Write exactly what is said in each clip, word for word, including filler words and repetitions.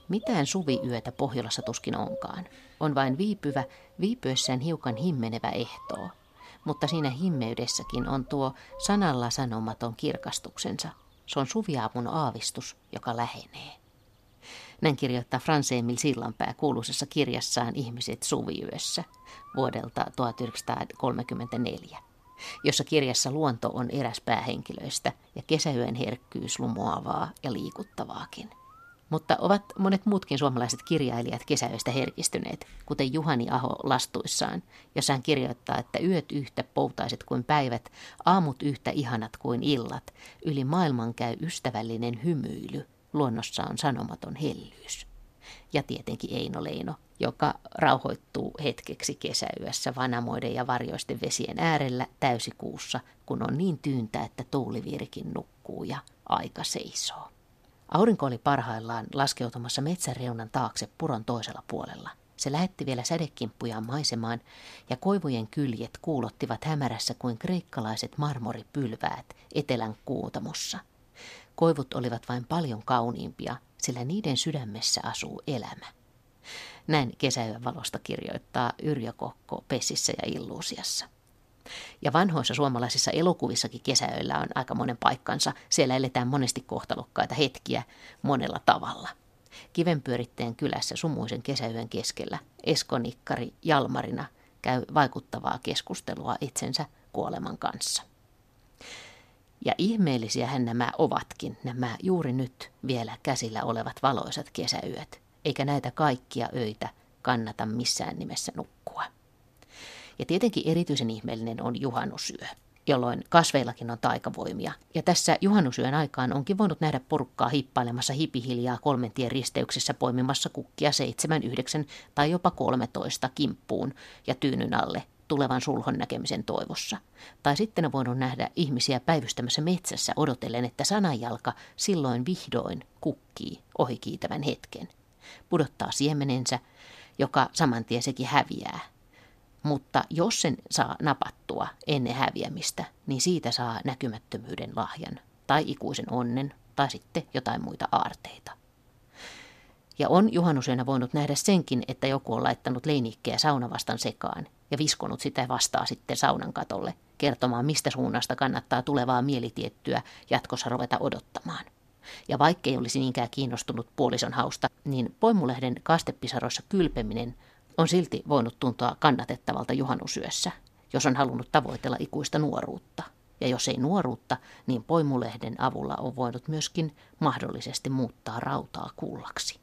Mitään suviyötä Pohjolassa tuskin onkaan. On vain viipyvä, viipyessään hiukan himmenevä ehtoo. Mutta siinä himmeydessäkin on tuo sanalla sanomaton kirkastuksensa. Se on suviaamun aavistus, joka lähenee. Näin kirjoittaa Frans Emil Sillanpää kuuluisessa kirjassaan Ihmiset suviyössä vuodelta tuhatyhdeksänsataakolmekymmentäneljä, jossa kirjassa luonto on eräs päähenkilöistä ja kesäyön herkkyys lumoavaa ja liikuttavaakin. Mutta ovat monet muutkin suomalaiset kirjailijat kesäyöstä herkistyneet, kuten Juhani Aho lastuissaan, jossa hän kirjoittaa, että yöt yhtä poutaiset kuin päivät, aamut yhtä ihanat kuin illat, yli maailman käy ystävällinen hymyily, luonnossa on sanomaton hellyys. Ja tietenkin Eino Leino, joka rauhoittuu hetkeksi kesäyössä vanamoiden ja varjoisten vesien äärellä täysikuussa, kun on niin tyyntä, että tuulivirkin nukkuu ja aika seisoo. Aurinko oli parhaillaan laskeutumassa metsänreunan taakse puron toisella puolella. Se lähetti vielä sädekinppujaan maisemaan, ja koivujen kyljet kuulottivat hämärässä kuin kreikkalaiset marmoripylväät etelän kuutamossa. Koivut olivat vain paljon kauniimpia, sillä niiden sydämessä asuu elämä. Näin kesäyön valosta kirjoittaa Yrjö Kokko Pessissä ja Illuusiassa. Ja vanhoissa suomalaisissa elokuvissakin kesäöillä on aika monen paikkansa. Siellä eletään monesti kohtalokkaita hetkiä monella tavalla. Kivenpyöritteen kylässä sumuisen kesäyön keskellä Esko-nikkari Jalmarina käy vaikuttavaa keskustelua itsensä kuoleman kanssa. Ja ihmeellisiähän nämä ovatkin, nämä juuri nyt vielä käsillä olevat valoisat kesäyöt, eikä näitä kaikkia öitä kannata missään nimessä nukkua. Ja tietenkin erityisen ihmeellinen on juhannusyö, jolloin kasveillakin on taikavoimia. Ja tässä juhannusyön aikaan onkin voinut nähdä porukkaa hippailemassa hipihiljaa kolmen tien risteyksessä poimimassa kukkia seitsemän, yhdeksän tai jopa kolmetoista kimppuun ja tyynyn alle tulevan sulhon näkemisen toivossa. Tai sitten on voinut nähdä ihmisiä päivystämässä metsässä odotellen, että sananjalka silloin vihdoin kukkii ohikiitävän hetken. Pudottaa siemenensä, joka saman tien sekin häviää. Mutta jos sen saa napattua ennen häviämistä, niin siitä saa näkymättömyyden lahjan, tai ikuisen onnen, tai sitten jotain muita aarteita. Ja on juhannusyönä voinut nähdä senkin, että joku on laittanut leinikkeä saunavastan sekaan ja viskonut sitä vastaa sitten saunan katolle, kertomaan mistä suunnasta kannattaa tulevaa mielitiettyä jatkossa ruveta odottamaan. Ja vaikkei olisi niinkään kiinnostunut puolison hausta, niin poimulehden kastepisaroissa kylpeminen on silti voinut tuntua kannatettavalta juhannusyössä, jos on halunnut tavoitella ikuista nuoruutta. Ja jos ei nuoruutta, niin poimulehden avulla on voinut myöskin mahdollisesti muuttaa rautaa kullaksi.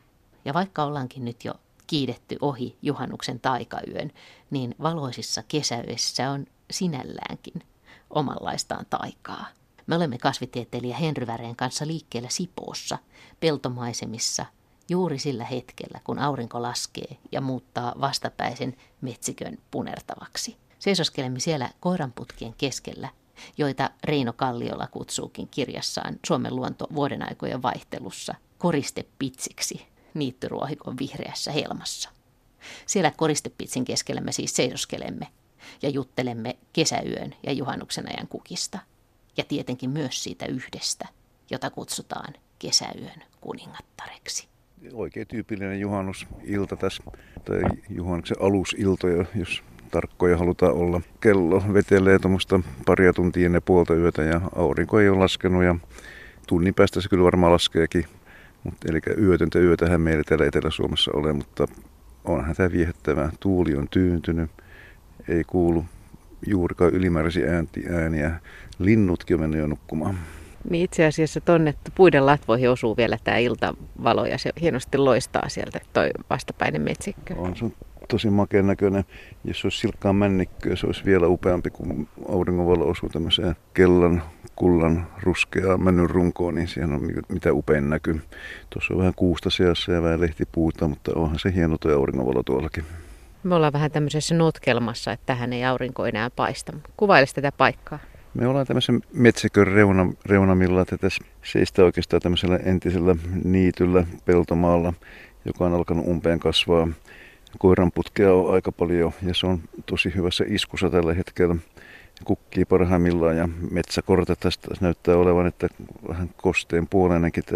Ja vaikka ollaankin nyt jo kiidetty ohi juhannuksen taikayön, niin valoisissa kesäyöissä on sinälläänkin omanlaistaan taikaa. Me olemme kasvitieteilijä Henry Väreen kanssa liikkeellä Sipoossa, peltomaisemissa, juuri sillä hetkellä, kun aurinko laskee ja muuttaa vastapäisen metsikön punertavaksi. Seisoskelemme siellä koiranputkien keskellä, joita Reino Kalliola kutsuukin kirjassaan Suomen luonto vuodenaikojen vaihtelussa koristepitsiksi niittyruohikon vihreässä helmassa. Siellä koristepitsin keskellä me siis seisoskelemme ja juttelemme kesäyön ja juhannuksen ajan kukista. Ja tietenkin myös siitä yhdestä, jota kutsutaan kesäyön kuningattareksi. Oikein tyypillinen juhannusilta tässä, tai juhannuksen alusiltoja, jos tarkkoja halutaan olla. Kello vetelee tuommoista paria tuntia ennen puolta yötä ja aurinko ei ole laskenut ja tunnin päästä se kyllä varmaan laskeekin. Mutta eli yötöntä yötähän meillä täällä Etelä-Suomessa ole, mutta onhan tämä viehättävää. Tuuli on tyyntynyt, ei kuulu juurikaan ylimääräisiä ääniä. Linnutkin on mennyt jo nukkumaan. Niin itse asiassa tuonne puiden latvoihin osuu vielä tämä iltavalo ja se hienosti loistaa sieltä toi vastapäinen metsikkö. On se tosi makeen näköinen. Jos olisi silkkaan männikköä, se olisi vielä upeampi, kun auringonvalo osuu tämmöiseen kellan, kullan, ruskeaan männyn runkoon, niin siihen on mitä upein näky. Tuossa on vähän kuusta seassa ja vähän lehtipuuta, mutta onhan se hieno tuo auringonvalo tuollakin. Me ollaan vähän tämmöisessä notkelmassa, että tähän ei aurinko enää paista. Kuvailisi tätä paikkaa. Me ollaan tämmöisen metsikön reuna, reunamilla, että tässä seistää oikeastaan tämmöisellä entisellä niityllä peltomaalla, joka on alkanut umpeen kasvaa. Koiranputkea on aika paljon ja se on tosi hyvässä iskussa tällä hetkellä. Kukkii parhaimmillaan ja metsäkorte tästä näyttää olevan, että vähän kosteen puoleinenkin tämä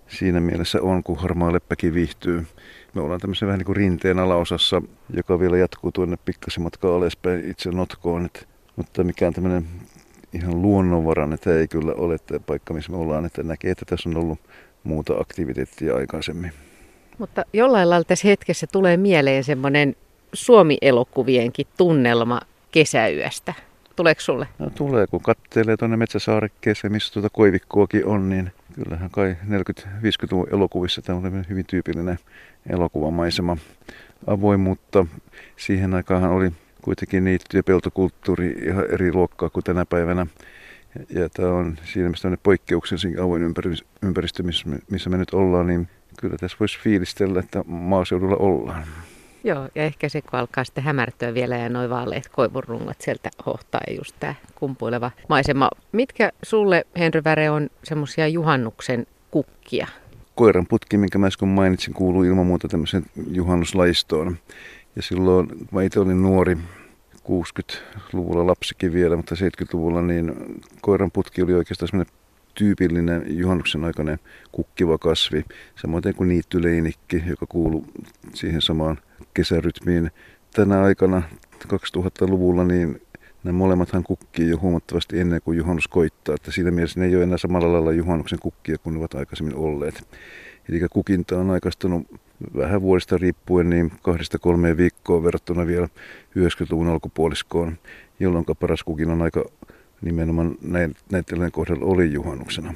siinä mielessä on, kun harmaa leppäkin viihtyy. Me ollaan tämmöisen vähän niin kuin rinteen alaosassa, joka vielä jatkuu tuonne pikkasen matkaa alaspäin itse notkoon. Et, mutta mikään tämmöinen ihan luonnonvarainen, että ei kyllä ole tämä paikka, missä me ollaan. Että näkee, että tässä on ollut muuta aktiviteettia aikaisemmin. Mutta jollain lailla tässä hetkessä tulee mieleen semmoinen Suomi-elokuvienkin tunnelma kesäyöstä. Tuleeko sulle? No, tulee, kun katselee tuonne metsäsaarekkeeseen, missä tuota koivikkoakin on, niin kyllähän kai neljäkymmentä-viisikymmentäluvun elokuvissa tämä on hyvin tyypillinen elokuvamaisema. Avoimuutta siihen aikaan oli kuitenkin niitty- ja peltokulttuuri ihan eri luokkaa kuin tänä päivänä. Ja tämä on siinä mielessä poikkeuksellisen avoin ympäristö, missä me nyt ollaan, niin kyllä tässä voisi fiilistellä, että maaseudulla ollaan. Joo, ja ehkä se, kun alkaa sitten hämärtyä vielä ja nuo vaaleet koivunrungot sieltä hohtaa ja just tämä kumpuileva maisema. Mitkä sulle, Henry Väre, on semmoisia juhannuksen kukkia? Koiran putki, minkä mä äsken mainitsin, kuuluu ilman muuta tämmöiseen juhannuslaistoon. Ja silloin, mä itse olin nuori, kuusikymmentäluvulla lapsikin vielä, mutta seitsemänkymmentäluvulla, niin koiran putki oli oikeastaan semmoinen tyypillinen juhannuksen aikainen kukkiva kasvi. Samoin kuin niittyleinikki, joka kuuluu siihen samaan kesärytmiin. Tänä aikana kaksituhattaluvulla niin nämä molemmathan kukkii jo huomattavasti ennen kuin juhannus koittaa. Että siinä mielessä ne ei ole enää samalla lailla juhannuksen kukkia kuin ne ovat aikaisemmin olleet. Eli kukinta on aikaistunut vähän vuodesta riippuen niin kahdesta kolmeen viikkoa verrattuna vielä yhdeksänkymmentäluvun alkupuoliskoon, jolloin paras kukin on aika nimenomaan näiden kohdalla oli juhannuksena.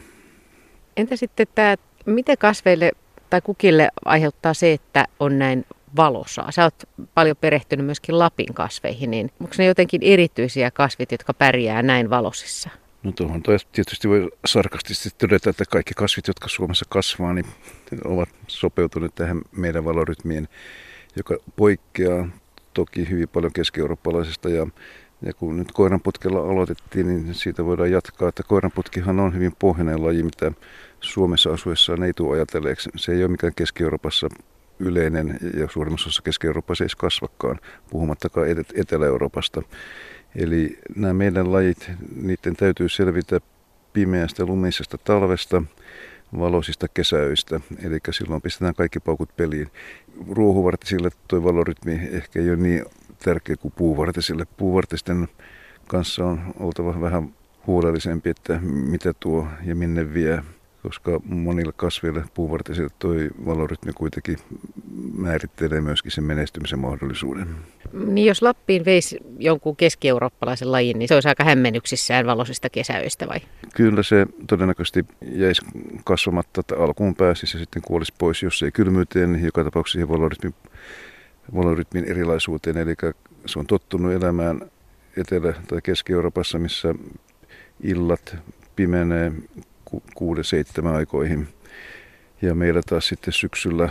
Entä sitten tämä, miten kasveille tai kukille aiheuttaa se, että on näin valosaa? Sä oot paljon perehtynyt myöskin Lapin kasveihin, niin onko ne jotenkin erityisiä kasvit, jotka pärjää näin valosissa? No tuohon tietysti voi sarkastisesti todeta, että kaikki kasvit, jotka Suomessa kasvaa, niin ovat sopeutuneet tähän meidän valorytmiin, joka poikkeaa toki hyvin paljon keski-eurooppalaisesta. Ja, ja kun nyt koiranputkella aloitettiin, niin siitä voidaan jatkaa, että koiranputkihan on hyvin pohjainen laji, mitä Suomessa asuessaan ei tule ajatelleeksi. Se ei ole mikään Keski-Euroopassa yleinen ja suurimmassa osassa Keski-Euroopassa ei edes kasvakaan, puhumattakaan Etelä-Euroopasta. Eli nämä meidän lajit, niiden täytyy selvitä pimeästä lumisesta talvesta, valoisista kesäöistä. Eli silloin pistetään kaikki paukut peliin. Ruohuvartisille tuo valorytmi ehkä ei ole niin tärkeä kuin puuvartisille. Puuvartisten kanssa on oltava vähän huolellisempi, että mitä tuo ja minne vie, koska monille kasveille puuvartisille tuo valorytmi kuitenkin määrittelee myöskin sen menestymisen mahdollisuuden. Niin jos Lappiin veisi jonkun keski-eurooppalaisen lajin, niin se olisi aika hämmennyksissään valoisista kesäöistä vai? Kyllä se todennäköisesti jäisi kasvamatta, että alkuun pääsisi ja sitten kuolisi pois, jos ei kylmyyteen, niin joka tapauksessa siihen valorytmin, valorytmin erilaisuuteen. Eli se on tottunut elämään Etelä- tai Keski-Euroopassa, missä illat pimenee ku- kuuden seitsemän aikoihin. Ja meillä taas sitten syksyllä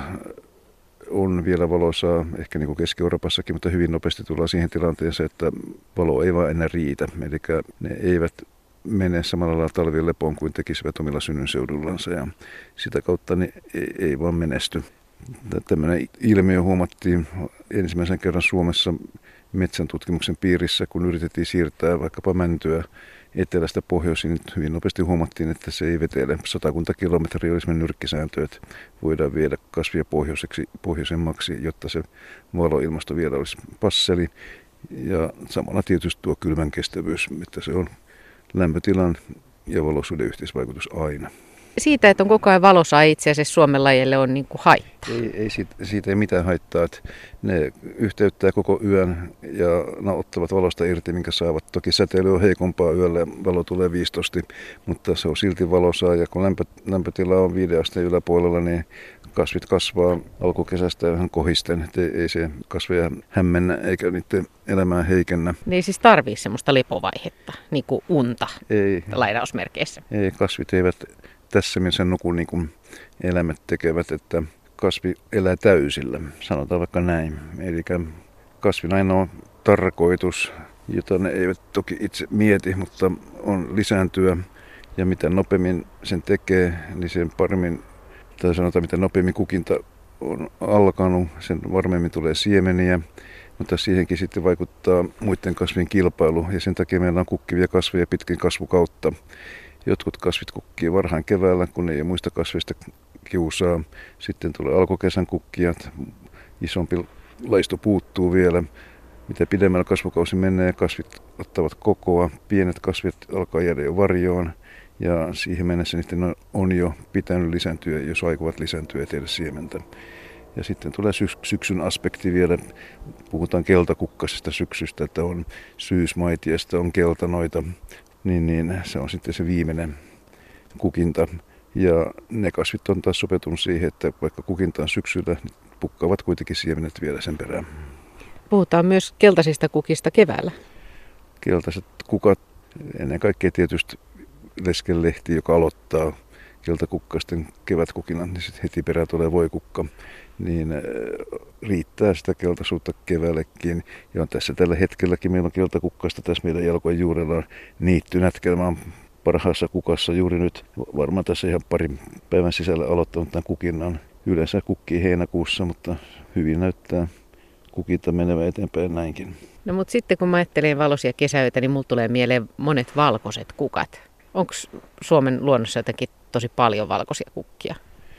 on vielä valosaa, ehkä niin kuin Keski-Euroopassakin, mutta hyvin nopeasti tullaan siihen tilanteeseen, että valo ei vaan enää riitä. Eli ne eivät mene samalla lailla talvien lepoon kuin tekisivät omilla synnynseudullansa ja sitä kautta ne ei, ei vaan menesty. Tällainen ilmiö huomattiin ensimmäisen kerran Suomessa metsän tutkimuksen piirissä, kun yritettiin siirtää vaikkapa mäntyä etelästä pohjoisiin, niin hyvin nopeasti huomattiin, että se ei vetele. Satakunta kilometriä olisi mennyt nyrkkisääntö, että voidaan viedä kasvia pohjoiseksi, pohjoisemmaksi, jotta se valoilmasto vielä olisi passeli. Ja samalla tietysti tuo kylmän kestävyys, että se on lämpötilan ja valoisuuden yhteisvaikutus aina. Siitä, että on koko ajan valosaa itse asiassa Suomen lajeille on niin kuin haittaa. Ei, ei siitä, siitä ei mitään haittaa. Että ne yhteyttää koko yön ja ne ottavat valosta irti, minkä saavat. Toki säteily on heikompaa yöllä ja valo tulee viistosti, mutta se on silti valosaa. Ja kun lämpö, lämpötila on viiden asteen yläpuolella, niin kasvit kasvaa alkukesästä vähän kohisten. Että ei, ei se kasveja hämmennä eikä niiden elämää heikennä. Ne ei siis tarvitse semmoista lepovaihetta, niin kuin unta ei, lainausmerkeissä. Ei, kasvit eivät tässä mielessä nuku niin kuin eläimet tekevät, että kasvi elää täysillä, sanotaan vaikka näin. Eli kasvin ainoa tarkoitus, jota ne eivät toki itse mieti, mutta on lisääntyä. Ja mitä nopeammin sen tekee, niin sen paremmin, tai sanotaan mitä nopeammin kukinta on alkanut, sen varmemmin tulee siemeniä. Mutta siihenkin sitten vaikuttaa muiden kasvien kilpailu ja sen takia meillä on kukkivia kasveja pitkin kasvukautta. Jotkut kasvit kukkii varhain keväällä, kun ei ole muista kasveista kiusaa. Sitten tulee alkukesän kukkijat, isompi laisto puuttuu vielä. Mitä pidemmällä kasvukausi menee, kasvit ottavat kokoa, pienet kasvit alkaa jäädä jo varjoon ja siihen mennessä niiden on jo pitänyt lisääntyä, jos aikovat lisääntyä ja tehdä siementä. Ja sitten tulee sy- syksyn aspekti vielä, puhutaan keltakukkasesta syksystä, että on syysmaitiasta, on keltanoita, niin, niin se on sitten se viimeinen kukinta. Ja ne kasvit on taas sopetunut siihen, että vaikka kukinta on syksyllä, niin pukkaavat kuitenkin siemenet vielä sen perään. Puhutaan myös keltaisista kukista keväällä. Keltaiset kukat, ennen kaikkea tietysti leskenlehti, joka aloittaa keltakukkasten kevätkukinan, niin sitten heti perään tulee voikukka, niin riittää sitä keltaisuutta keväällekin. Ja on tässä tällä hetkelläkin, meillä on keltakukkasta tässä meidän jalkojen juurella niittynätkelmä on parhaassa kukassa juuri nyt. Varmaan tässä ihan parin päivän sisällä aloittanut tämän kukinnan. Yleensä kukkii heinäkuussa, mutta hyvin näyttää kukinta menevä eteenpäin näinkin. No mutta sitten kun mä ajattelen valoisia kesäyötä, niin mulla tulee mieleen monet valkoiset kukat. Onko Suomen luonnossa jotenkin tosi paljon valkoisia kukkia?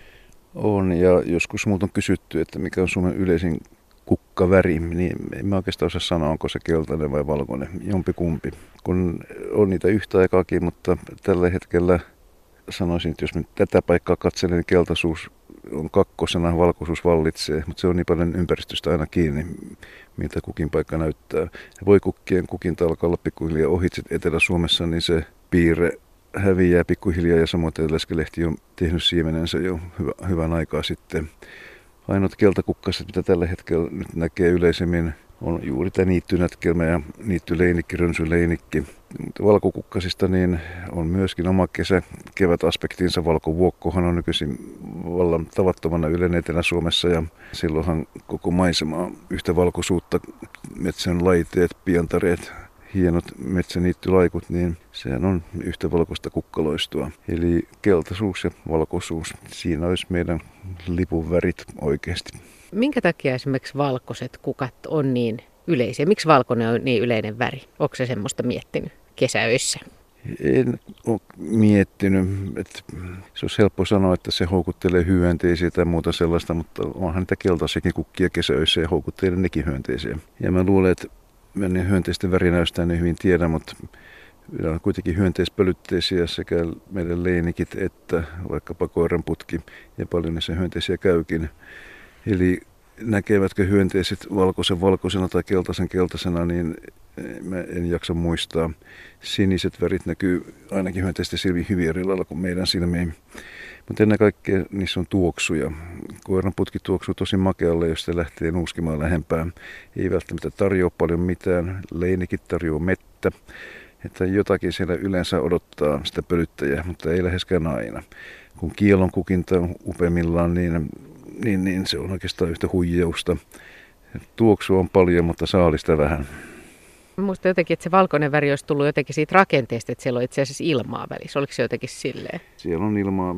On, ja joskus multa on kysytty, että mikä on Suomen yleisin kukkaväri, niin en mä oikeastaan osaa sanoa, onko se keltainen vai valkoinen, jompikumpi. Kun on niitä yhtä aikaakin, mutta tällä hetkellä sanoisin, että jos mä tätä paikkaa katselen, niin keltaisuus on kakkosena, valkoisuus vallitsee, mutta se on niin paljon ympäristöstä aina kiinni, miltä kukin paikka näyttää. Voikukkien kukinta alkaa olla pikkuhiljaa ohitse Etelä-Suomessa, niin se piirre häviää pikkuhiljaa ja samoin leskelehti on tehnyt siemenensä jo hyvä, hyvän aikaa sitten. Ainoat keltakukkaset, mitä tällä hetkellä nyt näkee yleisemmin, on juuri tämä niittynätkelmä ja niittyleinikki, rönsyleinikki. Valkokukkasista niin on myöskin oma kesä, kevätaspektiinsa. Valkovuokkohan on nykyisin vallan tavattomana yleinen Etelä-Suomessa ja silloinhan koko maisema on yhtä valkoisuutta. Metsän laiteet, pientareet, hienot metsäniittylaikut, niin sehän on yhtä valkoista kukkaloistua. Eli keltaisuus ja valkoisuus, siinä olisi meidän lipun värit oikeasti. Minkä takia esimerkiksi valkoiset kukat on niin yleisiä? Miksi valkoinen on niin yleinen väri? Onko se semmoista miettinyt kesäöissä? En ole miettinyt. Että se olisi helppo sanoa, että se houkuttelee hyönteisiä tai muuta sellaista, mutta onhan niitä keltaisiakin kukkia kesäöissä ja houkuttelee nekin hyönteisiä. Ja mä luulen, että mä en hyönteisten värinäystä niin hyvin tiedä, mutta on kuitenkin hyönteispölytteisiä sekä meidän leinikit että vaikkapa koiranputki ja paljon niissä hyönteisiä käykin. Eli näkevätkö hyönteiset valkoisen valkoisena tai keltaisen keltaisena, niin mä en jaksa muistaa. Siniset värit näkyy ainakin hyönteisten silmiin hyvin eri lailla kuin meidän silmiin. Mutta ennen kaikkea niissä on tuoksuja. Koiranputki tuoksuu tosi makealle, jos se lähtee nuuskimaan lähempään. Ei välttämättä tarjoa paljon mitään. Leinikit tarjoaa mettä. Että jotakin siellä yleensä odottaa sitä pölyttäjää, mutta ei läheskään aina. Kun kielon kukinta on upeimmillaan, niin, niin, niin se on oikeastaan yhtä huijausta. Tuoksua on paljon, mutta saalista vähän. Muistan jotenkin, että se valkoinen väri olisi tullut jotenkin siitä rakenteesta, että siellä on itse asiassa ilmaa välissä. Oliko se jotenkin silleen? Siellä on ilmaa,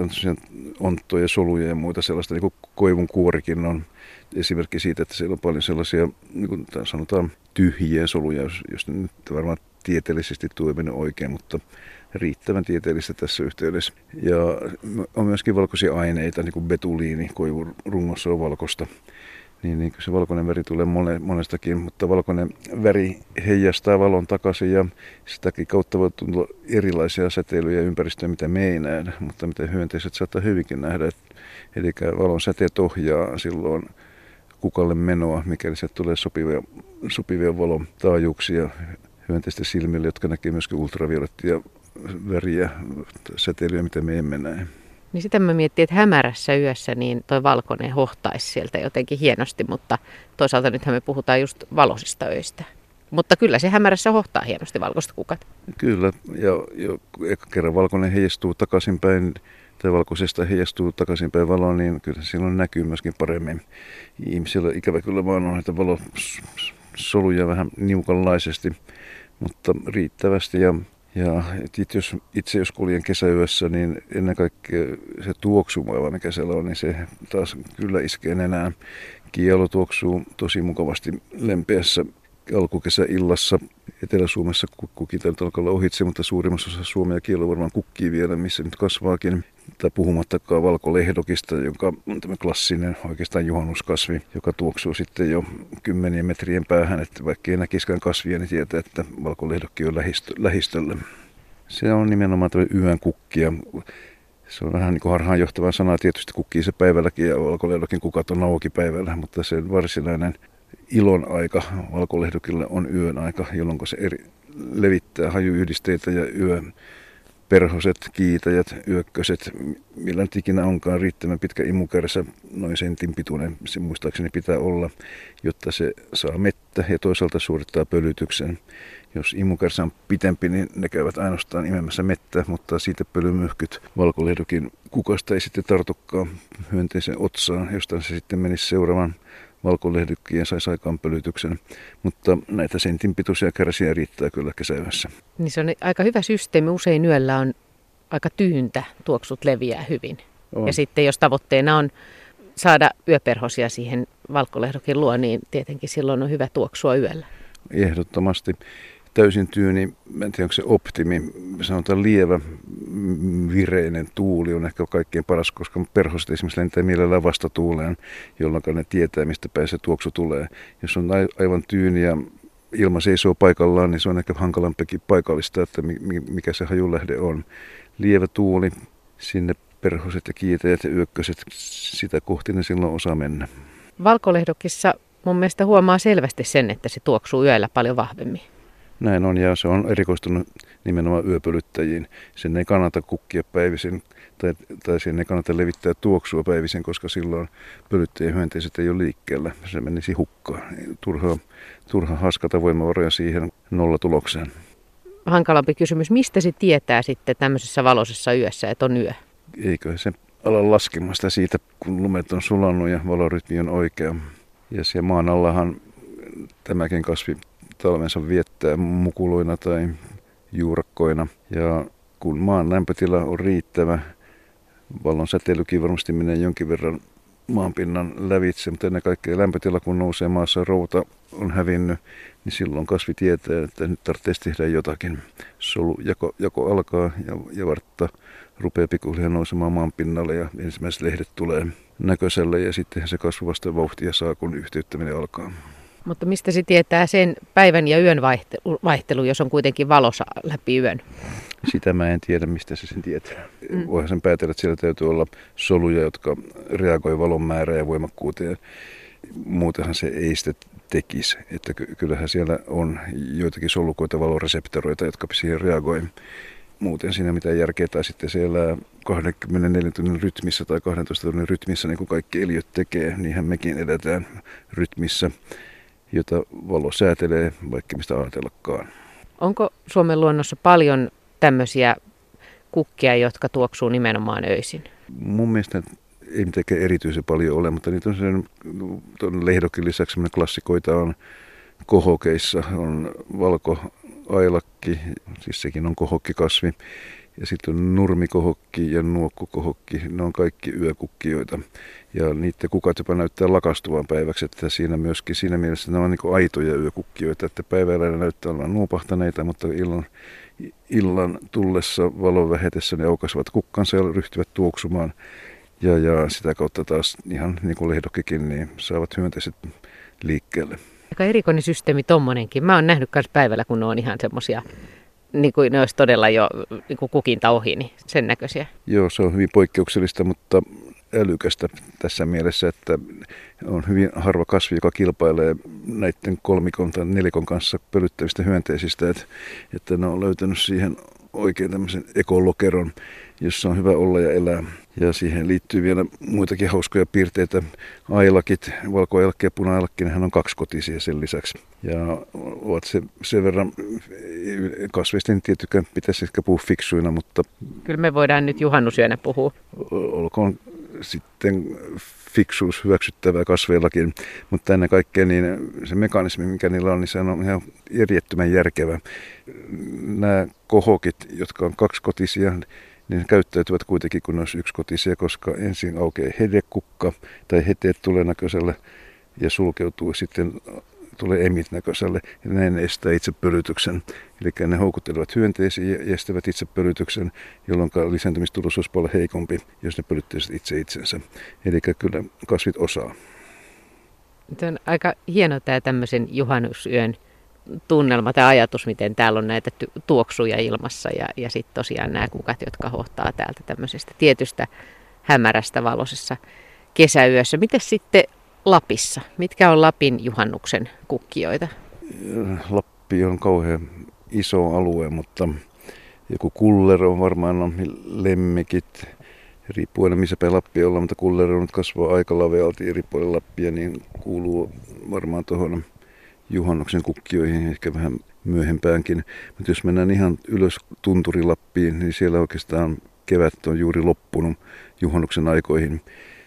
onttoja, soluja ja muita sellaista, niin kuin koivun kuorikin on esimerkki siitä, että siellä on paljon sellaisia, niin kuin sanotaan, tyhjiä soluja, jos, jos nyt varmaan tieteellisesti tuo mennyt oikein, mutta riittävän tieteellistä tässä yhteydessä. Ja on myöskin valkoisia aineita, niin kuin betuliini, koivun rungossa on valkoista. Niin, niin se valkoinen väri tulee monestakin, mutta valkoinen väri heijastaa valon takaisin ja sitäkin kautta voi tulla erilaisia säteilyjä ympäristöön, mitä me ei nähdä, mutta mitä hyönteiset saattaa hyvinkin nähdä. Eli valon säteet ohjaa silloin kukalle menoa, mikäli se tulee sopivia, sopivia valon taajuuksia hyönteisten silmille, jotka näkee myöskin ultraviolettia väriä, säteilyjä, mitä me emme näe. Niin sitä mä miettin, että hämärässä yössä niin toi valkoinen hohtaisi sieltä jotenkin hienosti, mutta toisaalta nythän me puhutaan just valoisista öistä. Mutta kyllä se hämärässä hohtaa hienosti valkoiset kukat. Kyllä, ja, ja kerran valkoinen heijastuu takaisinpäin, tai valkoisesta heijastuu takaisinpäin valoon, niin kyllä se silloin näkyy myöskin paremmin. Ihmisillä ikävä kyllä vaan on näitä valosoluja vähän niukanlaisesti, mutta riittävästi. Ja Ja itse jos, itse jos kuljen kesäyössä, niin ennen kaikkea se tuoksumaiva, mikä siellä on, niin se taas kyllä iskee nenään. Kielo tuoksuu tosi mukavasti lempeässä alkukesäillassa Etelä-Suomessa kukkitaan alkaa olla ohitse, mutta suurimmassa osassa Suomea kielo varmaan kukkii vielä, missä nyt kasvaakin. Tai puhumattakaan valkolehdokista, joka on tämä klassinen oikeastaan juhannuskasvi, joka tuoksuu sitten jo kymmenien metrien päähän, että vaikka ei näkisikään kasvia, niin tietää, että valkolehdokki on lähistö, lähistöllä. Se on nimenomaan tämmöinen yön kukkia. Se on vähän niin kuin harhaanjohtava sana, tietysti kukkii se päivälläkin ja valkolehdokkin kukat on auki päivällä, mutta se varsinainen ilon aika valkolehdokille on yön aika, jolloin se eri, levittää hajuyhdisteitä ja yö. Perhoset, kiitäjät, yökköset, millä nyt ikinä onkaan riittävän pitkä imukärsä, noin sentin pituinen, se muistaakseni pitää olla, jotta se saa mettä ja toisaalta suorittaa pölytyksen. Jos imukärsä on pitempi, niin ne käyvät ainoastaan imemässä mettä, mutta siitä pölymyhkyt valkolehdokin kukasta ei sitten tartukaan hyönteisen otsaan, josta se sitten menisi seuraavan valkolehdokkiin ja saisi aikaan pölytyksen, mutta näitä sentin pituisia kärsiä riittää kyllä kesäyössä. Niin se on aika hyvä systeemi. Usein yöllä on aika tyyntä, tuoksut leviää hyvin. On. Ja sitten jos tavoitteena on saada yöperhosia siihen valkolehdokin luo, niin tietenkin silloin on hyvä tuoksua yöllä. Ehdottomasti. Täysin tyyni, en tiedä onko se optimi, sanotaan lievä vireinen tuuli on ehkä kaikkein paras, koska perhoset esimerkiksi lentää mielellään vastatuuleen, jolloin ne tietää, mistä päin se tuoksu tulee. Jos on aivan tyyni ja ilma seisoo paikallaan, niin se on ehkä hankalampikin paikallista, että mikä se hajulähde on. Lievä tuuli, sinne perhoset ja kiitäjät ja yökköset, sitä kohti ne silloin osaa mennä. Valkolehdokissa mun mielestä huomaa selvästi sen, että se tuoksuu yöllä paljon vahvemmin. Näin on, ja se on erikoistunut nimenomaan yöpölyttäjiin. Sen ei kannata kukkia päivisin, tai, tai sen ei kannata levittää tuoksua päivisin, koska silloin pölyttäjien hyönteiset ei ole liikkeellä. Se menisi hukkaan. Turha, turha haskata voimavaroja siihen nollatulokseen. Hankalampi kysymys. Mistä se tietää sitten tämmöisessä valoisessa yössä, että on yö? Eikö se ala laskemasta siitä, kun lumet on sulannut ja valorytmi on oikea. Ja siellä maan allahan tämäkin kasvi talvensa viettää mukuloina tai juurakkoina. Ja kun maan lämpötila on riittävä, vallon säteilykin varmasti menee jonkin verran maanpinnan lävitse, mutta ennen kaikkea lämpötila kun nousee maassa, routa on hävinnyt, niin silloin kasvi tietää, että nyt tarvitsee tehdä jotakin. Solujako jako alkaa ja, ja vartta rupeaa pikkuhiljaa nousemaan maanpinnalle ja ensimmäiset lehdet tulee näköiselle ja sitten se kasvu vasta vauhtia saa, kun yhteyttäminen alkaa. Mutta mistä se tietää sen päivän ja yön vaihtelu, vaihtelu, jos on kuitenkin valossa läpi yön? Sitä mä en tiedä, mistä se sen tietää. Mm. Voihan sen päätellä, että siellä täytyy olla soluja, jotka reagoi valon määrään ja voimakkuuteen. Muutenhan se ei sitä tekisi. Että kyllähän siellä on joitakin solukoita, valoreseptoroita, jotka siihen reagoi. Muuten siinä mitään järkeä, tai sitten se elää kaksikymmentäneljä tunnin rytmissä tai kaksitoista tunnin rytmissä, niin kuin kaikki eliöt tekee. Niinhän mekin edetään rytmissä, jota valo säätelee, vaikka mistä ajatellakaan. Onko Suomen luonnossa paljon tämmöisiä kukkia, jotka tuoksuu nimenomaan öisin? Mun mielestä ei mitenkään erityisen paljon ole, mutta niitä on sen tuon lehdokin lisäksi sellainen klassikoita on kohokeissa, on valkoailakki, siis sekin on kohokkikasvi. Ja sitten on nurmikohokki ja nuokkokohokki, ne on kaikki yökukkijoita. Ja niiden kukat jopa näyttää lakastuvan päiväksi, että siinä myöskin siinä mielessä ne on niin kuin aitoja yökukkijoita, että päivällä ne näyttää olevan nuupahtaneita, mutta illan, illan tullessa valon vähetessä ne aukaisivat kukkansa ja ryhtyvät tuoksumaan. Ja, ja sitä kautta taas ihan niin kuin lehdokkikin, niin saavat hyönteiset liikkeelle. Aika erikoinen systeemi tommonenkin. Mä oon nähnyt myös päivällä, kun ne on ihan semmoisia, niin kuin ne olisi todella jo niin kuin kukinta ohi, niin sen näköisiä. Joo, se on hyvin poikkeuksellista, mutta älykästä tässä mielessä, että on hyvin harva kasvi, joka kilpailee näiden kolmikon tai nelikon kanssa pölyttävistä hyönteisistä, että, että ne on löytänyt siihen oikein tämmöisen ekolokeron, jossa on hyvä olla ja elää. Ja siihen liittyy vielä muitakin hauskoja piirteitä. Ailakit, valkoailakki ja puna-ailakki, nehän on kaksikotisia sen lisäksi. Ja ovat se, sen verran kasveista en tietenkään pitäisi ehkä puhua fiksuina, mutta... Kyllä me voidaan nyt juhannusyönä puhua. Olkoon sitten fiksuus hyväksyttävää kasveillakin, mutta ennen kaikkea niin se mekanismi, mikä niillä on, niin se on ihan järjettömän järkevä. Nämä kohokit, jotka on kaksikotisia, niin käyttäytyvät kuitenkin, kun ne olisi yksiskotisia, koska ensin aukeaa hedekukka tai heteet tulee näköiselle ja sulkeutuu sitten tulee emit näköiselle ja näin estää itse pölytyksen. Eli ne houkuttelevat hyönteisiä ja estävät itse pölytyksen, jolloin lisääntymistulos olisi paljon heikompi, jos ne pölyttäisivät itse itsensä. Eli kyllä kasvit osaa. Tämä on aika hieno tämä tämmöisen juhannusyön tunnelma tai ajatus, miten täällä on näitä tuoksuja ilmassa ja, ja sitten tosiaan nämä kukat, jotka hohtaa täältä tämmöisestä tietystä hämärästä valoisessa kesäyössä. Miten sitten Lapissa? Mitkä on Lapin juhannuksen kukkijoita? Lappi on kauhean iso alue, mutta joku kullero on varmaan on lemmikit. Riippuu aina missä päin Lappi ollaan, mutta kullero nyt kasvaa aika lavealti eri puolilla Lappia, niin kuuluu varmaan tuohon juhannuksen kukkijoihin, ehkä vähän myöhempäänkin. Mutta jos mennään ihan ylös Tunturilappiin, niin siellä oikeastaan kevät on juuri loppunut juhannuksen aikoihin.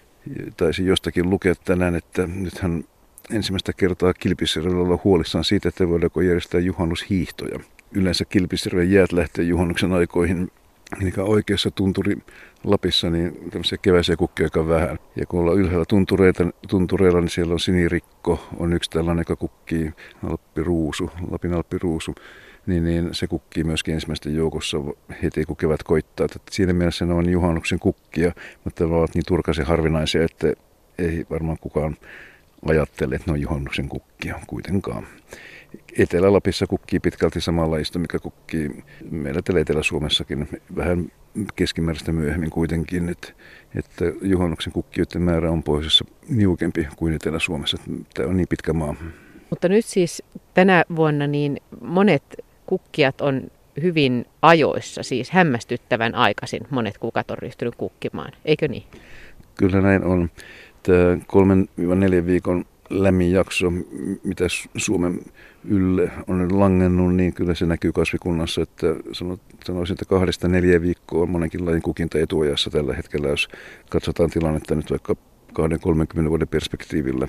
Taisin jostakin lukea tänään, että nythän ensimmäistä kertaa Kilpisjärvellä ollaan huolissaan siitä, että voidaanko järjestää juhannushiihtoja. Yleensä Kilpisjärven jäät lähtee juhannuksen aikoihin, niin oikeassa Tunturi Lapissa, niin tämmöisiä keväisiä kukkia aika vähän. Ja kun ollaan ylhäällä tuntureita, tuntureilla, niin siellä on sinirikko, on yksi tällainen, joka kukkii, alppiruusu, Lapin alppiruusu. Niin, niin se kukkii myöskin ensimmäisten joukossa heti, kun kevät koittaa. Että siinä mielessä ne on juhannuksen kukkia, mutta ne ovat niin turkaisen harvinaisia, että ei varmaan kukaan ajattele, että ne on juhannuksen kukkia kuitenkaan. Etelä-Lapissa kukkii pitkälti samanlaista, mikä kukkii meillä Etelä-Suomessakin vähän keskimääräistä myöhemmin kuitenkin, että, että juhannuksen kukkijoiden määrä on pohjoisessa niukempi kuin Etelä-Suomessa. Tämä on niin pitkä maa. Mutta nyt siis tänä vuonna niin monet kukkijat on hyvin ajoissa, siis hämmästyttävän aikaisin monet kukat on ryhtynyt kukkimaan, eikö niin? Kyllä näin on. Tämä kolmen neljän viikon lämmin jakso, mitä Suomen ylle on nyt langennut, niin kyllä se näkyy kasvikunnassa, että sanoisin, että kahdesta neljä viikkoa on monenkin lajin kukinta etuajassa tällä hetkellä, jos katsotaan tilannetta nyt vaikka kaksikymmentä kolmekymmentä vuoden perspektiivillä.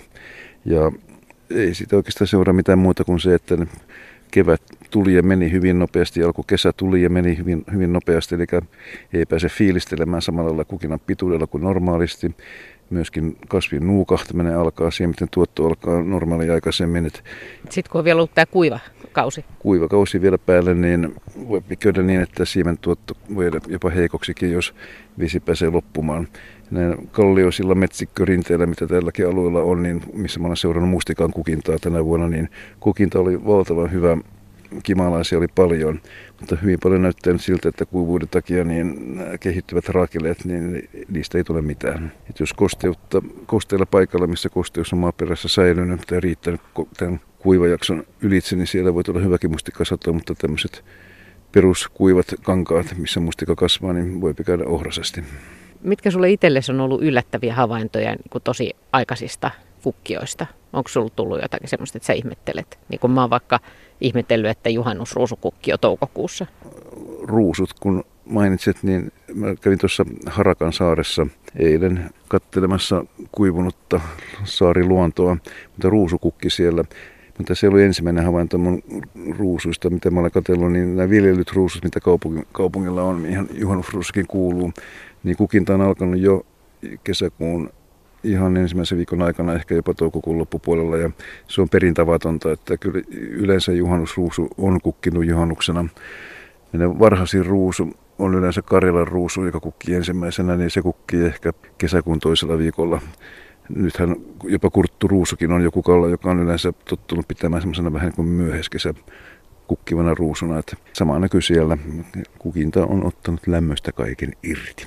Ja ei siitä oikeastaan seuraa mitään muuta kuin se, että kevät tuli ja meni hyvin nopeasti, alku kesä tuli ja meni hyvin, hyvin nopeasti, eli ei pääse fiilistelemään samalla lailla kukinan pituudella kuin normaalisti. Myöskin kasvin nuukahtaminen alkaa siihen, miten tuotto alkaa normaali aikaisemmin. Sitten kun on vielä ollut tämä kuiva kausi. Kuiva kausi vielä päälle, niin voi käydä niin, että siemen tuotto voi jäädä jopa heikoksikin, jos vesi pääsee loppumaan. Näin kallioisilla metsikkörinteillä, mitä tälläkin alueella on, niin missä mä olen seurannut mustikan kukintaa tänä vuonna, niin kukinta oli valtavan hyvä. Kimalaisia oli paljon, mutta hyvin paljon näyttää siltä, että kuivuuden takia niin kehittyvät raakeleet, niin niistä ei tule mitään. Et jos kosteutta, kosteilla paikalla, missä kosteus on maaperässä säilynyt tai riittänyt tämän kuivajakson ylitse, niin siellä voi tulla hyväkin mustikasatoa, mutta tämmöiset peruskuivat kankaat, missä mustika kasvaa, niin voi käydä ohrasesti. Mitkä sulle itsellesi on ollut yllättäviä havaintoja niin kuin tosi aikaisista kukkijoista? Onko sulla tullut jotakin semmoista, että sä ihmettelet? Niin kuin mä oon vaikka ihmetellyt, että juhannusruusukukki on toukokuussa. Ruusut, kun mainitsit, niin mä kävin tuossa Harakan saaressa eilen katselemassa kuivunutta saariluontoa, mutta ruusukukki siellä. Mutta se oli ensimmäinen havainto mun ruusuista, mitä mä olen katsellut, niin nämä viljelyt ruusut, mitä kaupungilla on, ihan juhannusruusukin kuuluu, niin kukinta on alkanut jo kesäkuun ihan ensimmäisen viikon aikana, ehkä jopa toukokuun loppupuolella, ja se on perin tavatonta, että kyllä yleensä juhannusruusu on kukkinut juhannuksena. Meidän varhaisin ruusu on yleensä Karjalan ruusu, joka kukkii ensimmäisenä, niin se kukkii ehkä kesäkuun toisella viikolla. Nythän jopa kurtturuusukin on joku kalla, joka on yleensä tottunut pitämään semmoisena vähän kuin myöhäiskesä kukkivana ruusuna. Että sama näkyy siellä. Kukinta on ottanut lämmöstä kaiken irti.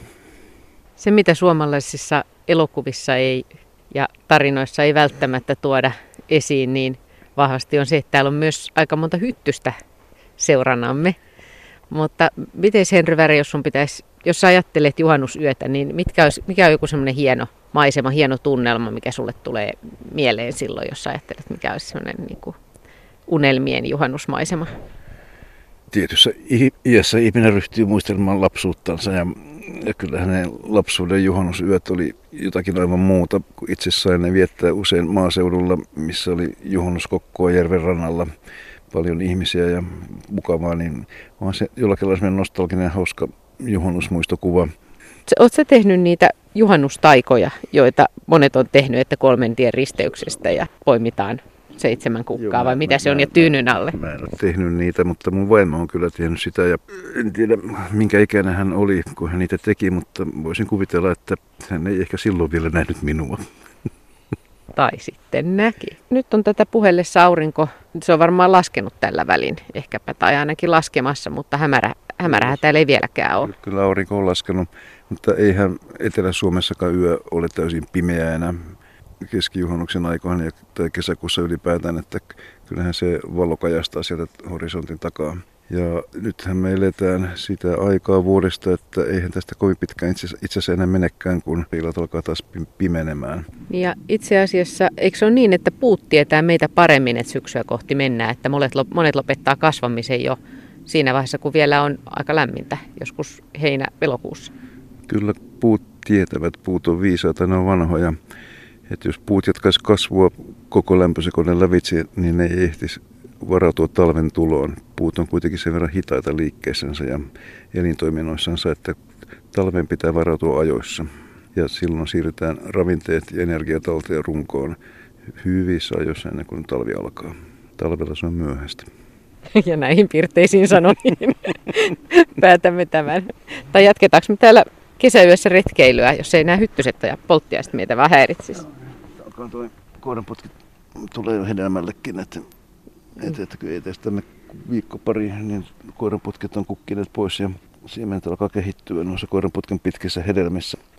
Se, mitä suomalaisissa elokuvissa ei ja tarinoissa ei välttämättä tuoda esiin niin vahvasti, on se, että täällä on myös aika monta hyttystä seuranamme. Mutta miten Henry Väre, jos sun pitäisi, jos sä ajattelet juhannusyötä, niin mitkä olisi, mikä on joku semmoinen hieno maisema, hieno tunnelma, mikä sulle tulee mieleen silloin, jos sä ajattelet, mikä olisi semmoinen niin kuin unelmien juhannusmaisema? Tietyssä iässä ihminen ryhtyy muistelemaan lapsuuttansa ja, ja kyllä hänen lapsuuden juhannusyöt oli jotakin aivan muuta. Itse sain ne viettää usein maaseudulla, missä oli juhannuskokkoa järven rannalla. Paljon ihmisiä ja mukavaa, niin on se jollakin lailla nostalginen hauska juhannusmuistokuva. Oletko sä tehnyt niitä juhannustaikoja, joita monet on tehnyt, että kolmen tien risteyksestä ja poimitaan seitsemän kukkaa Joo, vai mä- mitä mä- se on mä- ja tyynyn alle? Mä en ole tehnyt niitä, mutta mun vaimo on kyllä tehnyt sitä ja en tiedä minkä ikäinen hän oli, kun hän niitä teki, mutta voisin kuvitella, että hän ei ehkä silloin vielä nähnyt minua. Tai sitten näki. Nyt on tätä puhellessa aurinko. Se on varmaan laskenut tällä välin. Ehkäpä tai ainakin laskemassa, mutta hämärä, hämärähän täällä ei vieläkään ole. Kyllä aurinko on laskenut, mutta eihän Etelä-Suomessakaan yö ole täysin pimeä enää keskijuhannuksen aikoina ja tai kesäkuussa ylipäätään, että kyllähän se valo kajastaa sieltä horisontin takaa. Ja nythän me eletään sitä aikaa vuodesta, että eihän tästä kovin pitkään itse itse asiassa enää menekään, kun illat alkaa taas pi- pimenemään. Ja itse asiassa, eikö se ole niin, että puut tietää meitä paremmin, että syksyä kohti mennään, että monet, lop- monet lopettaa kasvamisen jo siinä vaiheessa, kun vielä on aika lämmintä, joskus heinä-elokuussa? Kyllä puut tietävät, puut on viisaita, ne on vanhoja. Että jos puut jatkaisi kasvua koko lämpösekoinen lävitse, niin ne ei ehtisi varautua talven tuloon. Puut on kuitenkin sen verran hitaita liikkeessänsä ja elintoiminnoissansa, että talven pitää varautua ajoissa. Ja silloin siirretään ravinteet ja energiatalteen runkoon hyvissä ajoissa ennen kuin talvi alkaa. Talvella se on myöhäistä. Ja näihin piirteisiin sanoihin päätämme tämän. Tai jatketaanko me täällä kesäyössä retkeilyä, jos ei nämä hyttyset ja polttiaiset meitä vähän häiritsisi? Alkaa tuo koiranputki tulee jo hedelmällekin, että, että, että kun ei tästä viikko pari, niin koiranputket on kukkineet pois ja siemenet alkaa kehittyä noissa koiranputken pitkissä hedelmissä.